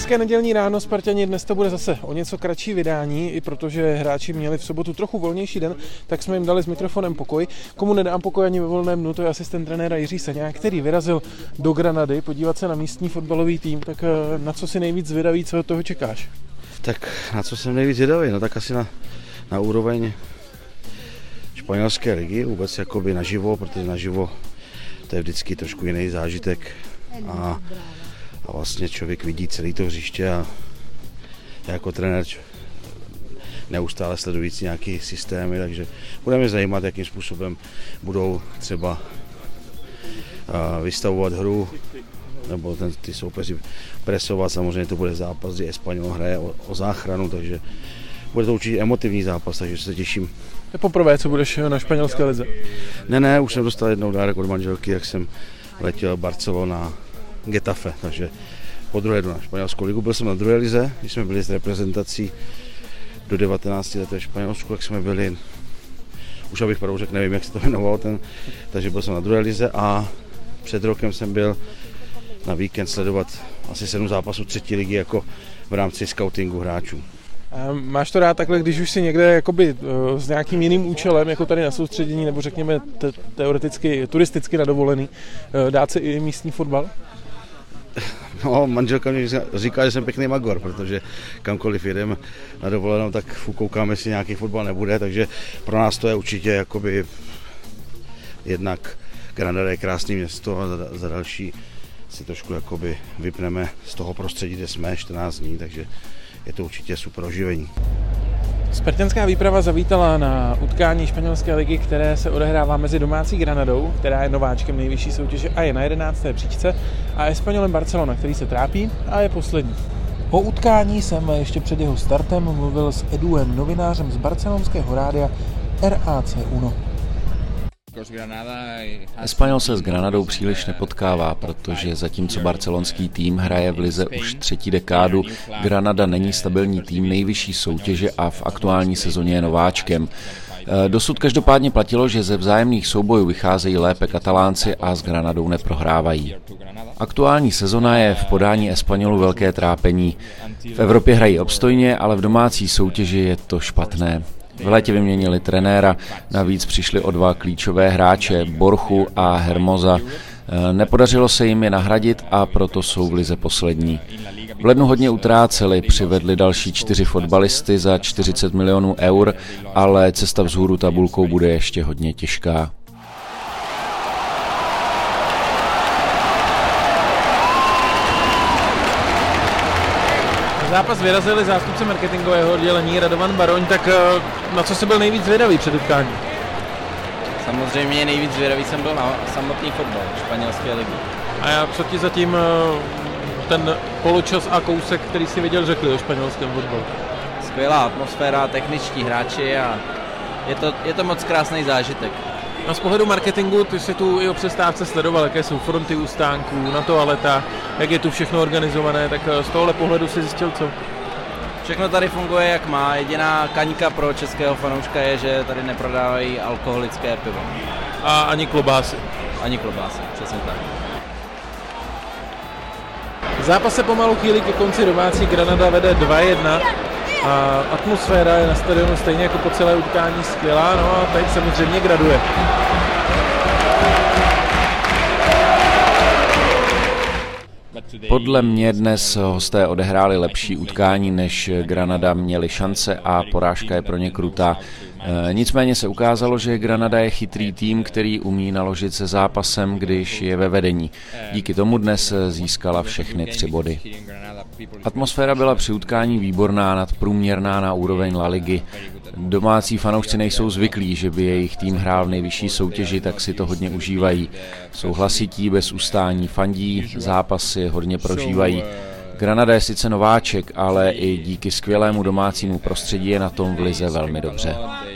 Hezké nedělní ráno, Spartani, dnes to bude zase o něco kratší vydání, i protože hráči měli v sobotu trochu volnější den, tak jsme jim dali s mikrofonem pokoj. Komu nedám pokoj ani ve volném dnu, to je asistent trenéra Jiří Saňák, který vyrazil do Granady podívat se na místní fotbalový tým. Tak na co si nejvíc zvědavý, co od toho čekáš? Tak na co jsem nejvíc zvědavý? No tak asi na úroveň španělské ligy, vůbec jakoby naživo, protože naživo to je vždycky trošku jiný zážitek a vlastně člověk vidí celé to hřiště a jako trenér neustále sledující nějaký systémy, takže budeme zajímat, jakým způsobem budou třeba vystavovat hru nebo ty soupeři presovat. Samozřejmě to bude zápas, kdy Espanyol hraje o záchranu, takže bude to určitě emotivní zápas, takže se těším. To je poprvé, co budeš na španělské lize? Ne, už jsem dostal jednou dárek od manželky, jak jsem letěl Barcelona Getafe, takže po druhé jdu na španělskou ligu. Byl jsem na druhé lize, když jsme byli s reprezentací do 19 let ve Španělsku, jak jsme byli, už abych pravdu řekl, nevím, jak se to jmenovalo, takže byl jsem na druhé lize a před rokem jsem byl na víkend sledovat asi 7 zápasů třetí ligy jako v rámci scoutingu hráčů. A máš to rád takhle, když už si někde jakoby s nějakým jiným účelem, jako tady na soustředění, nebo řekněme teoreticky, turisticky na dovolený, dát si i místní fotbal? No, manželka mi říká, že jsem pěkný magor, protože kamkoliv jedem na dovolenou, tak koukáme, jestli nějaký fotbal nebude, takže pro nás to je určitě jakoby jednak Granada je krásné město a za další si trošku jakoby vypneme z toho prostředí, kde jsme 14 dní, takže je to určitě super oživení. Spartanská výprava zavítala na utkání španělské ligy, které se odehrává mezi domácí Granadou, která je nováčkem nejvyšší soutěže a je na 11. příčce, a Espanyolem Barcelona, který se trápí a je poslední. O utkání jsem ještě před jeho startem mluvil s Eduem, novinářem z barcelonského rádia RAC Uno. Espanyol se s Granadou příliš nepotkává, protože zatímco barcelonský tým hraje v lize už 3. dekádu, Granada není stabilní tým nejvyšší soutěže a v aktuální sezóně je nováčkem. Dosud každopádně platilo, že ze vzájemných soubojů vycházejí lépe Katalánci a s Granadou neprohrávají. Aktuální sezona je v podání Espanyolu velké trápení. V Evropě hrají obstojně, ale v domácí soutěži je to špatné. V létě vyměnili trenéra, navíc přišli o 2 klíčové hráče, Borchu a Hermosa. Nepodařilo se jim je nahradit a proto jsou v lize poslední. V lednu hodně utráceli, přivedli další 4 fotbalisty za 40 milionů eur, ale cesta vzhůru tabulkou bude ještě hodně těžká. Zápas vyrazili zástupce marketingového oddělení Radovan Baroň, tak na co jsi byl nejvíc zvědavý před utkáním? Samozřejmě nejvíc zvědavý jsem byl na samotný fotbal španělské ligy. A co ti zatím ten poločas a kousek, který si viděl, řekli o španělském fotbalu? Skvělá atmosféra, techničtí hráči a je to moc krásný zážitek. A z pohledu marketingu, ty jsi tu i o přestávce sledoval, jaké jsou fronty u stánků, na toaleta, jak je tu všechno organizované, tak z tohohle pohledu si zjistil co? Všechno tady funguje jak má, jediná kaňka pro českého fanouška je, že tady neprodávají alkoholické pivo. A ani klobásy. Ani klobásy, přesně tak. Zápas se pomalu chýlí ke konci, domácí Granada vede 2-1 a atmosféra je na stadionu stejně jako po celé utkání skvělá, no a teď samozřejmě graduje. Podle mě dnes hosté odehráli lepší utkání, než Granada měli šance a porážka je pro ně krutá. Nicméně se ukázalo, že Granada je chytrý tým, který umí naložit se zápasem, když je ve vedení. Díky tomu dnes získala všechny 3 body. Atmosféra byla při utkání výborná, nadprůměrná na úroveň La Ligy. Domácí fanoušci nejsou zvyklí, že by jejich tým hrál v nejvyšší soutěži, tak si to hodně užívají. Jsou hlasití, bez ustání, fandí, zápasy hodně prožívají. Granada je sice nováček, ale i díky skvělému domácímu prostředí je na tom v lize velmi dobře.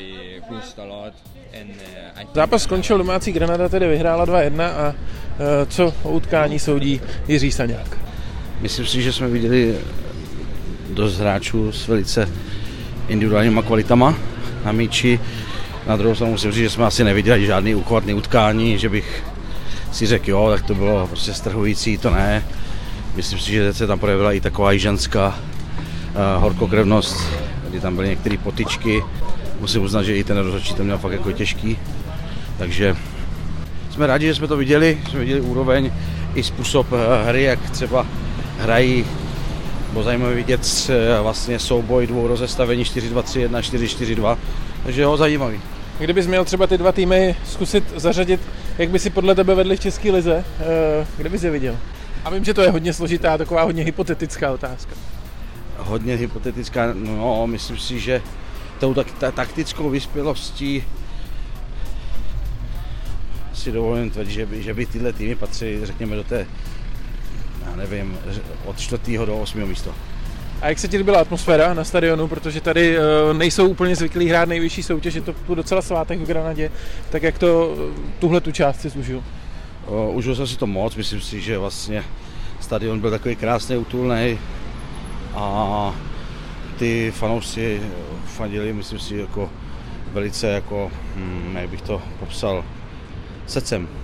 Zápas skončil, domácí Granada tedy vyhrála 2-1 a co o utkání soudí Jiří Saňák? Myslím si, že jsme viděli dost hráčů s velice individuálníma kvalitama na míči. Na druhou stranu musím říct, že jsme asi neviděli žádný úchvatný utkání, že bych si řekl, jo, tak to bylo prostě strhující, to ne. myslím si, že se tam projevila i taková jižanská horkokrevnost, kdy tam byly některé potyčky. Musím uznat, že i ten rozhodčí to měl fakt jako těžký. Takže jsme rádi, že jsme to viděli, úroveň i způsob hry, jak třeba hrají. Bylo zajímavé vidět vlastně souboj dvou rozestavení 4-2-3-1, 4-4-2, takže jo, zajímavý. Kdybys měl třeba ty dva týmy zkusit zařadit, jak by si podle tebe vedli v české lize, kde bys je viděl? A vím, že to je hodně složitá, taková hodně hypotetická otázka. Hodně hypotetická, no myslím si, že tou taktickou vyspělostí si dovolím tvrdit, že by tyhle týmy patřily, řekněme, do té, já nevím, od 4. do 8. místa. A jak se ti líbila atmosféra na stadionu, protože tady nejsou úplně zvyklí hrát nejvyšší soutěž, je to docela svátek v Granadě, tak jak to tuhle tu část si užil? Užil jsem si to moc, myslím si, že vlastně stadion byl takový krásný, útulný a ty fanoušci fandili, myslím si, jako velice, jako, jak bych to popsal, srdcem.